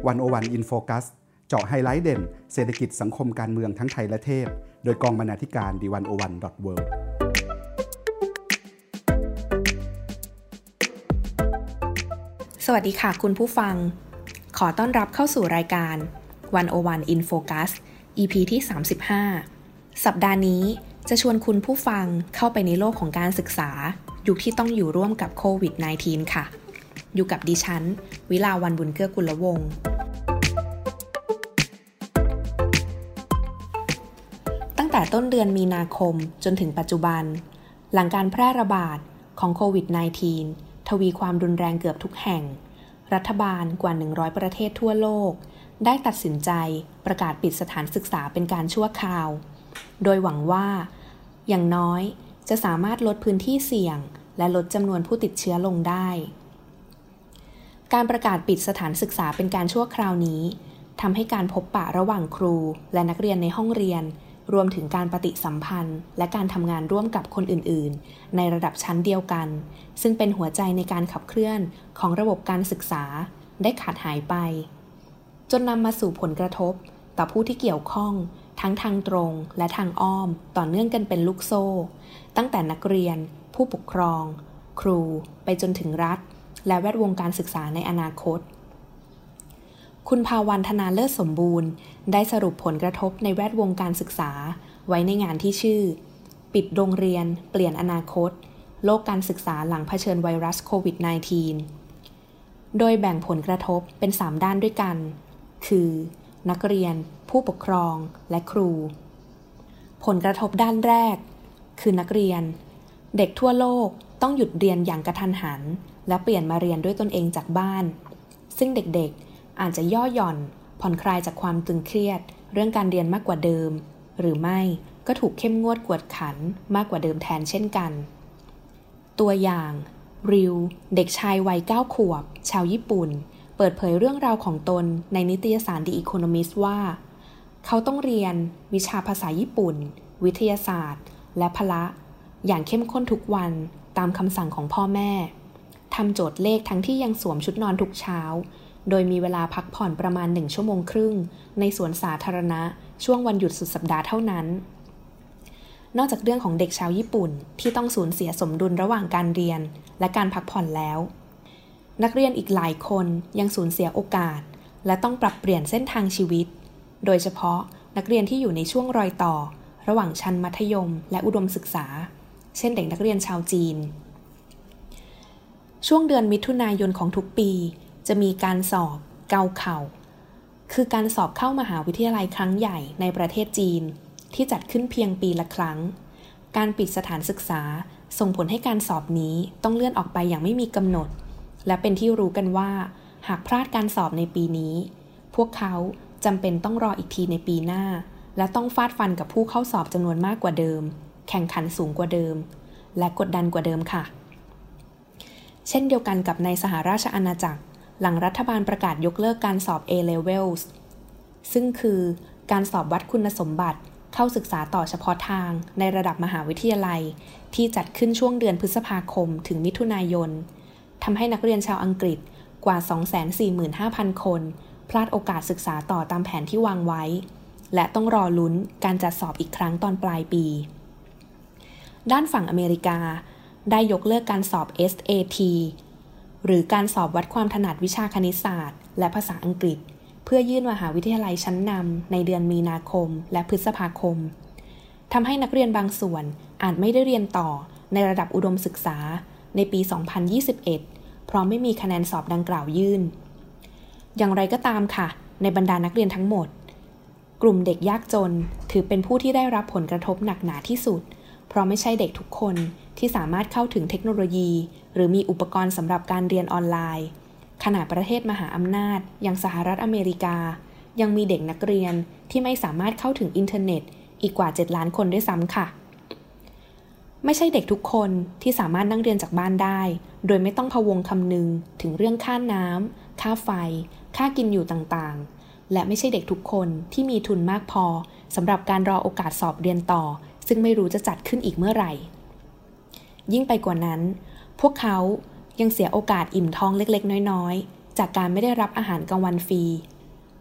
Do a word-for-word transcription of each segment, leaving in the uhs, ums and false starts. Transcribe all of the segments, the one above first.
หนึ่งศูนย์หนึ่ง In Focus เจาะไฮไลท์เด่นเศรษฐกิจสังคมการเมืองทั้งไทยและเทศโดยกองบรรณาธิการ ดี หนึ่งศูนย์หนึ่ง ดอท เวิลด์สวัสดีค่ะคุณผู้ฟังขอต้อนรับเข้าสู่รายการหนึ่งศูนย์หนึ่ง In Focus อี พี ที่สามสิบห้าสัปดาห์นี้จะชวนคุณผู้ฟังเข้าไปในโลกของการศึกษายุคที่ต้องอยู่ร่วมกับโควิด สิบเก้า ค่ะอยู่กับดิฉันวิลาวันบุญเกื้อกุลวงศ์ตั้งแต่ต้นเดือนมีนาคมจนถึงปัจจุบันหลังการแพร่ระบาดของโควิด สิบเก้า ทวีความรุนแรงเกือบทุกแห่งรัฐบาลกว่าหนึ่งร้อยประเทศทั่วโลกได้ตัดสินใจประกาศปิดสถานศึกษาเป็นการชั่วคราวโดยหวังว่าอย่างน้อยจะสามารถลดพื้นที่เสี่ยงและลดจำนวนผู้ติดเชื้อลงได้การประกาศปิดสถานศึกษาเป็นการชั่วคราวนี้ทำให้การพบปะระหว่างครูและนักเรียนในห้องเรียนรวมถึงการปฏิสัมพันธ์และการทำงานร่วมกับคนอื่นๆในระดับชั้นเดียวกันซึ่งเป็นหัวใจในการขับเคลื่อนของระบบการศึกษาได้ขาดหายไปจนนำมาสู่ผลกระทบต่อผู้ที่เกี่ยวข้องทั้งทางตรงและทางอ้อมต่อเนื่องกันเป็นลูกโซ่ตั้งแต่นักเรียนผู้ปกครองครูไปจนถึงรัฐและแวดวงการศึกษาในอนาคตคุณภาวันธนาเลิศสมบูรณ์ได้สรุปผลกระทบในแวดวงการศึกษาไว้ในงานที่ชื่อปิดโรงเรียนเปลี่ยนอนาคตโลกการศึกษาหลังเผชิญไวรัสโควิด สิบเก้า โดยแบ่งผลกระทบเป็นสามด้านด้วยกันคือนักเรียนผู้ปกครองและครูผลกระทบด้านแรกคือนักเรียนเด็กทั่วโลกต้องหยุดเรียนอย่างกระทันหันและเปลี่ยนมาเรียนด้วยตนเองจากบ้านซึ่งเด็กๆอาจจะย่อหย่อนผ่อนคลายจากความตึงเครียดเรื่องการเรียนมากกว่าเดิมหรือไม่ก็ถูกเข้มงวดกวดขันมากกว่าเดิมแทนเช่นกันตัวอย่างริวเด็กชายวัยเก้าขวบชาวญี่ปุ่นเปิดเผยเรื่องราวของตนในนิตยสาร The Economist ว่าเขาต้องเรียนวิชาภาษาญี่ปุ่นวิทยาศาสตร์และพละอย่างเข้มข้นทุกวันตามคำสั่งของพ่อแม่ทำโจทย์เลขทั้งที่ยังสวมชุดนอนทุกเช้าโดยมีเวลาพักผ่อนประมาณหนึ่งชั่วโมงครึ่งในสวนสาธารณะช่วงวันหยุดสุดสัปดาห์เท่านั้นนอกจากเรื่องของเด็กชาวญี่ปุ่นที่ต้องสูญเสียสมดุลระหว่างการเรียนและการพักผ่อนแล้วนักเรียนอีกหลายคนยังสูญเสียโอกาสและต้องปรับเปลี่ยนเส้นทางชีวิตโดยเฉพาะนักเรียนที่อยู่ในช่วงรอยต่อระหว่างชั้นมัธยมและอุดมศึกษาเช่นเด็กนักเรียนชาวจีนช่วงเดือนมิถุนายนของทุกปีจะมีการสอบเกาเข่าคือการสอบเข้ามหาวิทยาลัยครั้งใหญ่ในประเทศจีนที่จัดขึ้นเพียงปีละครั้งการปิดสถานศึกษาส่งผลให้การสอบนี้ต้องเลื่อนออกไปอย่างไม่มีกำหนดและเป็นที่รู้กันว่าหากพลาดการสอบในปีนี้พวกเขาจำเป็นต้องรออีกทีในปีหน้าและต้องฟาดฟันกับผู้เข้าสอบจำนวนมากกว่าเดิมแข่งขันสูงกว่าเดิมและกดดันกว่าเดิมค่ะเช่นเดียวกันกับในสหราชอาณาจักรหลังรัฐบาลประกาศยกเลิกการสอบ A Levels ซึ่งคือการสอบวัดคุณสมบัติเข้าศึกษาต่อเฉพาะทางในระดับมหาวิทยาลัยที่จัดขึ้นช่วงเดือนพฤษภาคมถึงมิถุนายนทำให้นักเรียนชาวอังกฤษกว่า สองแสนสี่หมื่นห้าพัน คนพลาดโอกาสศึกษาต่อตามแผนที่วางไว้และต้องรอลุ้นการจัดสอบอีกครั้งตอนปลายปีด้านฝั่งอเมริกาได้ยกเลิกการสอบ เอส เอ ที หรือการสอบวัดความถนัดวิชาคณิตศาสตร์และภาษาอังกฤษเพื่อยื่นมหาวิทยาลัยชั้นนำในเดือนมีนาคมและพฤษภาคมทำให้นักเรียนบางส่วนอาจไม่ได้เรียนต่อในระดับอุดมศึกษาในปี สองพันยี่สิบเอ็ด เพราะไม่มีคะแนนสอบดังกล่าวยื่นอย่างไรก็ตามค่ะในบรรดานักเรียนทั้งหมดกลุ่มเด็กยากจนถือเป็นผู้ที่ได้รับผลกระทบหนักหนาที่สุดเพราะไม่ใช่เด็กทุกคนที่สามารถเข้าถึงเทคโนโลยีหรือมีอุปกรณ์สำหรับการเรียนออนไลน์ขณะประเทศมหาอำนาจอย่างสหรัฐอเมริกายังมีเด็กนักเรียนที่ไม่สามารถเข้าถึงอินเทอร์เน็ตอีกกว่าเจ็ดล้านคนด้วยซ้ำค่ะไม่ใช่เด็กทุกคนที่สามารถนั่งเรียนจากบ้านได้โดยไม่ต้องพะวงคำนึงถึงเรื่องค่าน้ำค่าไฟค่ากินอยู่ต่างๆและไม่ใช่เด็กทุกคนที่มีทุนมากพอสำหรับการรอโอกาสสอบเรียนต่อซึ่งไม่รู้จะจัดขึ้นอีกเมื่อไหร่ยิ่งไปกว่านั้นพวกเขายังเสียโอกาสอิ่มท้องเล็กๆน้อยๆจากการไม่ได้รับอาหารกลางวันฟรี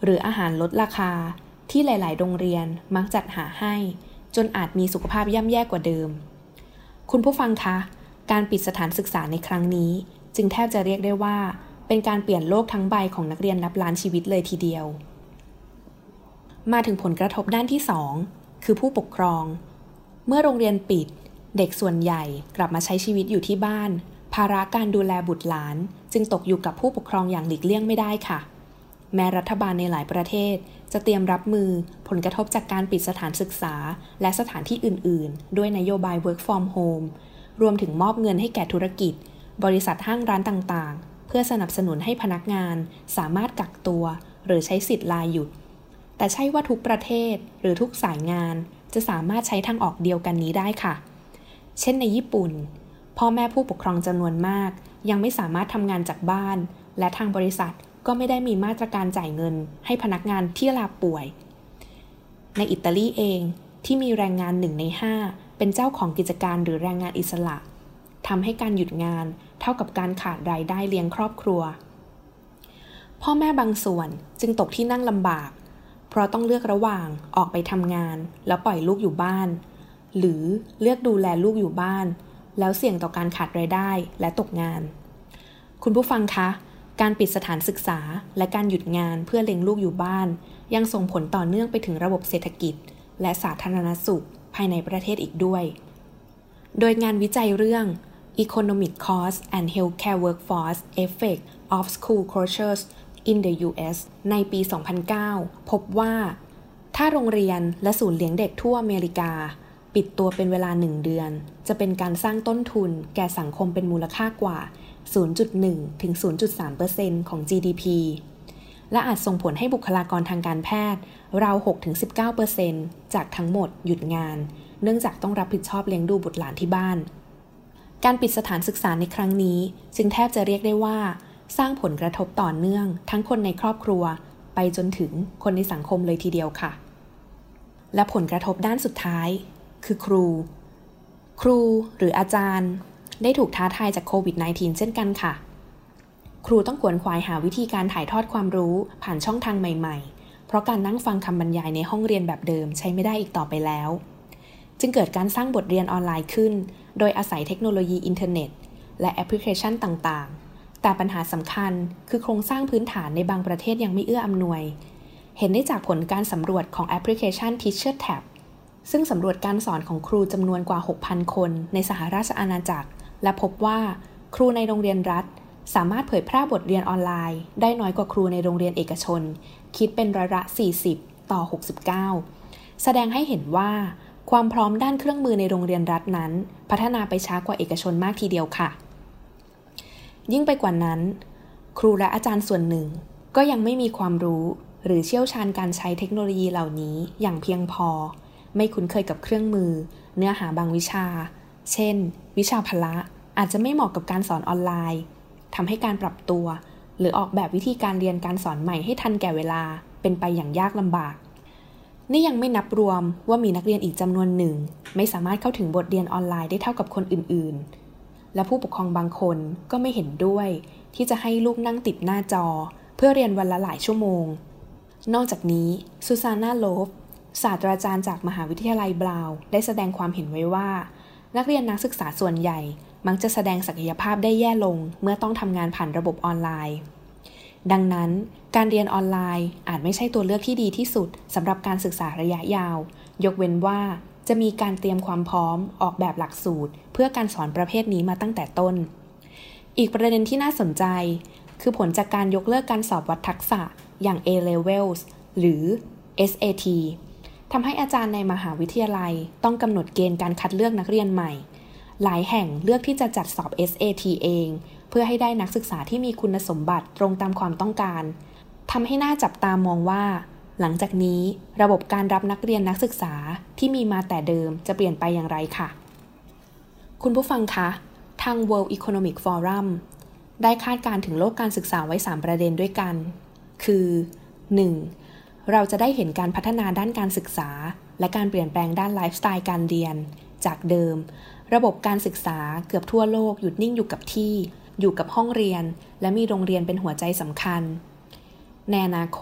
หรืออาหารลดราคาที่หลายๆโรงเรียนมักจัดหาให้จนอาจมีสุขภาพย่ำแย่กว่าเดิมคุณผู้ฟังคะการปิดสถานศึกษาในครั้งนี้จึงแทบจะเรียกได้ว่าเป็นการเปลี่ยนโลกทั้งใบของนักเรียนนับล้านชีวิตเลยทีเดียวมาถึงผลกระทบด้านที่สองคือผู้ปกครองเมื่อโรงเรียนปิดเด็กส่วนใหญ่กลับมาใช้ชีวิตอยู่ที่บ้านภาระการดูแลบุตรหลานจึงตกอยู่กับผู้ปกครองอย่างหลีกเลี่ยงไม่ได้ค่ะแม้รัฐบาลในหลายประเทศจะเตรียมรับมือผลกระทบจากการปิดสถานศึกษาและสถานที่อื่นๆด้วยนโยบาย work from home รวมถึงมอบเงินให้แก่ธุรกิจบริษัทห้างร้านต่างๆเพื่อสนับสนุนให้พนักงานสามารถกักตัวหรือใช้สิทธิ์ลาหยุดแต่ใช่ว่าทุกประเทศหรือทุกสายงานจะสามารถใช้ทางออกเดียวกันนี้ได้ค่ะเช่นในญี่ปุ่นพ่อแม่ผู้ปกครองจำนวนมากยังไม่สามารถทำงานจากบ้านและทางบริษัทก็ไม่ได้มีมาตรการจ่ายเงินให้พนักงานที่ลาป่วยในอิตาลีเองที่มีแรงงานหนึ่งในห้าเป็นเจ้าของกิจการหรือแรงงานอิสระทำให้การหยุดงานเท่ากับการขาดรายได้เลี้ยงครอบครัวพ่อแม่บางส่วนจึงตกที่นั่งลำบากเพราะต้องเลือกระหว่างออกไปทำงานแล้วปล่อยลูกอยู่บ้านหรือเลือกดูแลลูกอยู่บ้านแล้วเสี่ยงต่อการขาดรายได้และตกงานคุณผู้ฟังคะการปิดสถานศึกษาและการหยุดงานเพื่อเลี้ยงลูกอยู่บ้านยังส่งผลต่อเนื่องไปถึงระบบเศรษฐกิจและสาธารณสุขภายในประเทศอีกด้วยโดยงานวิจัยเรื่อง Economic Cost and Healthcare Workforce Effect of School Closures in the ยู เอส ในปี สองพันเก้า พบว่าถ้าโรงเรียนและศูนย์เลี้ยงเด็กทั่วอเมริกาปิดตัวเป็นเวลาหนึ่งเดือนจะเป็นการสร้างต้นทุนแก่สังคมเป็นมูลค่ากว่า ศูนย์จุดหนึ่ง ถึง ศูนย์จุดสามเปอร์เซ็นต์ ของ จี ดี พี และอาจส่งผลให้บุคลากรทางการแพทย์ราว หกถึงสิบเก้าเปอร์เซ็นต์ จากทั้งหมดหยุดงานเนื่องจากต้องรับผิดชอบเลี้ยงดูบุตรหลานที่บ้านการปิดสถานศึกษาในครั้งนี้จึงแทบจะเรียกได้ว่าสร้างผลกระทบต่อเนื่องทั้งคนในครอบครัวไปจนถึงคนในสังคมเลยทีเดียวค่ะและผลกระทบด้านสุดท้ายคือครูครูหรืออาจารย์ได้ถูกท้าทายจากโควิด สิบเก้า เช่นกันค่ะครูต้องขวนขวายหาวิธีการถ่ายทอดความรู้ผ่านช่องทางใหม่ๆเพราะการนั่งฟังคำบรรยายในห้องเรียนแบบเดิมใช้ไม่ได้อีกต่อไปแล้วจึงเกิดการสร้างบทเรียนออนไลน์ขึ้นโดยอาศัยเทคโนโลยีอินเทอร์เน็ตและแอปพลิเคชันต่างๆแต่ปัญหาสำคัญคือโครงสร้างพื้นฐานในบางประเทศยังไม่เอื้ออำนวยเห็นได้จากผลการสำรวจของแอปพลิเคชัน TeacherTab ซึ่งสำรวจการสอนของครูจำนวนกว่า หกพัน คนในสหราชอาณาจักรและพบว่าครูในโรงเรียนรัฐสามารถเผยแพร่บทเรียนออนไลน์ได้น้อยกว่าครูในโรงเรียนเอกชนคิดเป็นร้อยละ สี่สิบ ต่อ หกสิบเก้า แสดงให้เห็นว่าความพร้อมด้านเครื่องมือในโรงเรียนรัฐนั้นพัฒนาไปช้ากว่าเอกชนมากทีเดียวค่ะยิ่งไปกว่านั้นครูและอาจารย์ส่วนหนึ่งก็ยังไม่มีความรู้หรือเชี่ยวชาญการใช้เทคโนโลยีเหล่านี้อย่างเพียงพอไม่คุ้นเคยกับเครื่องมือเนื้อหาบางวิชาเช่นวิชาพละอาจจะไม่เหมาะกับการสอนออนไลน์ทำให้การปรับตัวหรือออกแบบวิธีการเรียนการสอนใหม่ให้ทันแก่เวลาเป็นไปอย่างยากลำบากนี่ยังไม่นับรวมว่ามีนักเรียนอีกจำนวนหนึ่งไม่สามารถเข้าถึงบทเรียนออนไลน์ได้เท่ากับคนอื่นๆและผู้ปกครองบางคนก็ไม่เห็นด้วยที่จะให้ลูกนั่งติดหน้าจอเพื่อเรียนวันละหลายชั่วโมงนอกจากนี้ซูซาน่าโลฟศาสตราจารย์จากมหาวิทยาลัยบราวน์ได้แสดงความเห็นไว้ว่านักเรียนนักศึกษาส่วนใหญ่มักจะแสดงศักยภาพได้แย่ลงเมื่อต้องทำงานผ่านระบบออนไลน์ดังนั้นการเรียนออนไลน์อาจไม่ใช่ตัวเลือกที่ดีที่สุดสำหรับการศึกษาระยะยาวยกเว้นว่าจะมีการเตรียมความพร้อมออกแบบหลักสูตรเพื่อการสอนประเภทนี้มาตั้งแต่ต้นอีกประเด็นที่น่าสนใจคือผลจากการยกเลิกการสอบวัดทักษะอย่าง A Levels หรือ เอส เอ ที ทำให้อาจารย์ในมหาวิทยาลัยต้องกำหนดเกณฑ์การคัดเลือกนักเรียนใหม่หลายแห่งเลือกที่จะจัดสอบ เอส เอ ที เองเพื่อให้ได้นักศึกษาที่มีคุณสมบัติตรงตามความต้องการทำให้น่าจับตามองว่าหลังจากนี้ระบบการรับนักเรียนนักศึกษาที่มีมาแต่เดิมจะเปลี่ยนไปอย่างไรค่ะคุณผู้ฟังคะทาง World Economic Forum ได้คาดการณ์ถึงโลกการศึกษาไว้สามประเด็นด้วยกันคือ หนึ่ง เราจะได้เห็นการพัฒนาด้านการศึกษาและการเปลี่ยนแปลงด้านไลฟ์สไตล์การเรียนจากเดิมระบบการศึกษาเกือบทั่วโลกหยุดนิ่งอยู่กับที่อยู่กับห้องเรียนและมีโรงเรียนเป็นหัวใจสำคัญในอนาคต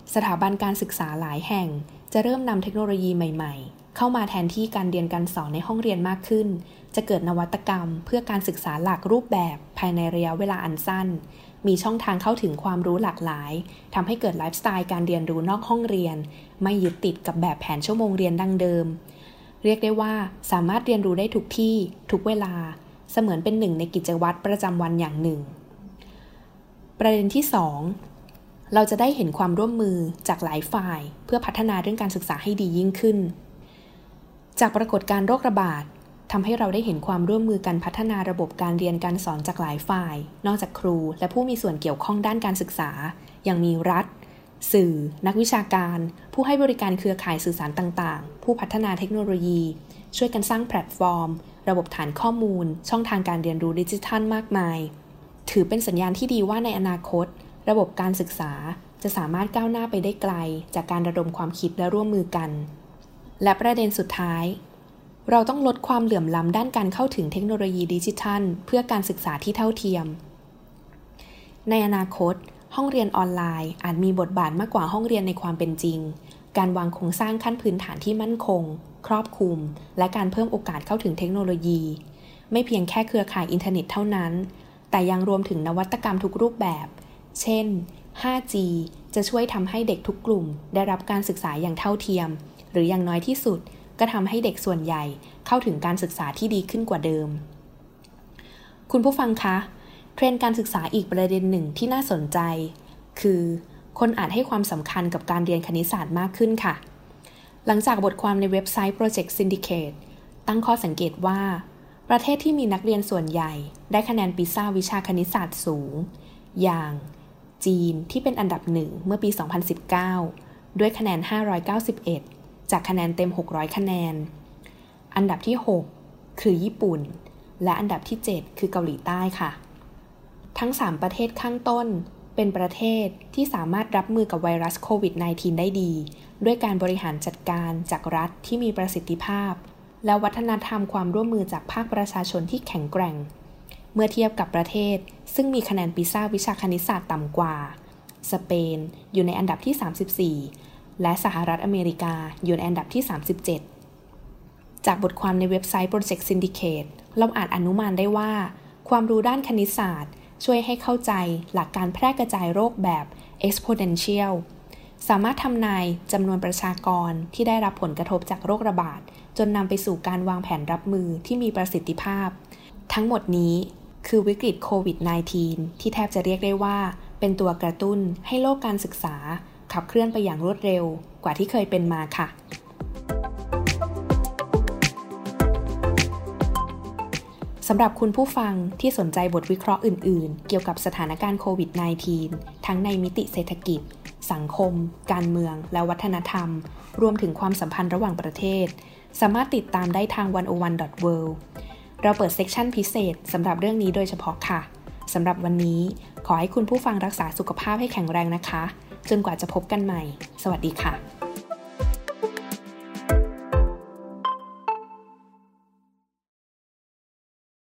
สถาบันการศึกษาหลายแห่งจะเริ่มนำเทคโนโลยีใหม่ๆเข้ามาแทนที่การเรียนการสอนในห้องเรียนมากขึ้นจะเกิดนวัตกรรมเพื่อการศึกษาหลากรูปแบบภายในระยะเวลาอันสั้นมีช่องทางเข้าถึงความรู้หลากหลายทำให้เกิดไลฟ์สไตล์การเรียนรู้นอกห้องเรียนไม่ยึดติดกับแบบแผนชั่วโมงเรียนดั้งเดิมเรียกได้ว่าสามารถเรียนรู้ได้ทุกที่ทุกเวลาเสมือนเป็นหนึ่งในกิจวัตรประจำวันอย่างหนึ่งประเด็นที่สองเราจะได้เห็นความร่วมมือจากหลายฝ่ายเพื่อพัฒนาเรื่องการศึกษาให้ดียิ่งขึ้นจากปรากฏการณ์โรคระบาดทำให้เราได้เห็นความร่วมมือกันพัฒนาระบบการเรียนการสอนจากหลายฝ่ายนอกจากครูและผู้มีส่วนเกี่ยวข้องด้านการศึกษายังมีรัฐสื่อนักวิชาการผู้ให้บริการเครือข่ายสื่อสารต่างๆผู้พัฒนาเทคโนโลยีช่วยกันสร้างแพลตฟอร์มระบบฐานข้อมูลช่องทางการเรียนรู้ดิจิทัลมากมายถือเป็นสัญญาณที่ดีว่าในอนาคตระบบการศึกษาจะสามารถก้าวหน้าไปได้ไกลจากการระดมความคิดและร่วมมือกันและประเด็นสุดท้ายเราต้องลดความเหลื่อมล้ำด้านการเข้าถึงเทคโนโลยีดิจิทัลเพื่อการศึกษาที่เท่าเทียมในอนาคตห้องเรียนออนไลน์อาจมีบทบาทมากกว่าห้องเรียนในความเป็นจริงการวางโครงสร้างขั้นพื้นฐานที่มั่นคงครอบคลุมและการเพิ่มโอกาสเข้าถึงเทคโนโลยีไม่เพียงแค่เครือข่ายอินเทอร์เน็ตเท่านั้นแต่ยังรวมถึงนวัตกรรมทุกรูปแบบเช่น ห้าจี จะช่วยทำให้เด็กทุกกลุ่มได้รับการศึกษาอย่างเท่าเทียมหรืออย่างน้อยที่สุดก็ทำให้เด็กส่วนใหญ่เข้าถึงการศึกษาที่ดีขึ้นกว่าเดิมคุณผู้ฟังคะเทรนด์การศึกษาอีกประเด็นหนึ่งที่น่าสนใจคือคนอาจให้ความสำคัญกับการเรียนคณิตศาสตร์มากขึ้นค่ะหลังจากบทความในเว็บไซต์ Project Syndicate ตั้งข้อสังเกตว่าประเทศที่มีนักเรียนส่วนใหญ่ได้คะแนนปีซ่าวิชาคณิตศาสตร์สูงอย่างจีนที่เป็นอันดับหนึ่งเมื่อปี สองพันสิบเก้า ด้วยคะแนน ห้าร้อยเก้าสิบเอ็ด จากคะแนนเต็ม หกร้อย คะแนนอันดับที่ หก คือญี่ปุ่นและอันดับที่ เจ็ด คือเกาหลีใต้ค่ะทั้ง สาม ประเทศข้างต้นเป็นประเทศที่สามารถรับมือกับไวรัสโควิด สิบเก้า ได้ดีด้วยการบริหารจัดการจากรัฐที่มีประสิทธิภาพและวัฒนธรรมความร่วมมือจากภาคประชาชนที่แข็งแกร่งเมื่อเทียบกับประเทศซึ่งมีคะแนนปีซ่าวิชาคณิตศาสตร์ต่ำกว่าสเปนอยู่ในอันดับที่ สามสิบสี่ และสหรัฐอเมริกาอยู่ในอันดับที่ สามสิบเจ็ด จากบทความในเว็บไซต์ Project Syndicate เราอาจอนุมานได้ว่าความรู้ด้านคณิตศาสตร์ช่วยให้เข้าใจหลักการแพร่กระจายโรคแบบ exponential สามารถทำนายจำนวนประชากรที่ได้รับผลกระทบจากโรคระบาดจนนำไปสู่การวางแผนรับมือที่มีประสิทธิภาพทั้งหมดนี้คือวิกฤตโควิด สิบเก้า ที่แทบจะเรียกได้ว่าเป็นตัวกระตุ้นให้โลกการศึกษาขับเคลื่อนไปอย่างรวดเร็วกว่าที่เคยเป็นมาค่ะสำหรับคุณผู้ฟังที่สนใจบทวิเคราะห์อื่นๆเกี่ยวกับสถานการณ์โควิด สิบเก้า ทั้งในมิติเศรษฐกิจสังคมการเมืองและวัฒนธรรมรวมถึงความสัมพันธ์ระหว่างประเทศสามารถติดตามได้ทาง หนึ่งศูนย์หนึ่ง ดอท เวิลด์ เราเปิดเซกชันพิเศษสำหรับเรื่องนี้โดยเฉพาะค่ะสำหรับวันนี้ขอให้คุณผู้ฟังรักษาสุขภาพให้แข็งแรงนะคะจนกว่าจะพบกันใหม่สวัสดีค่ะ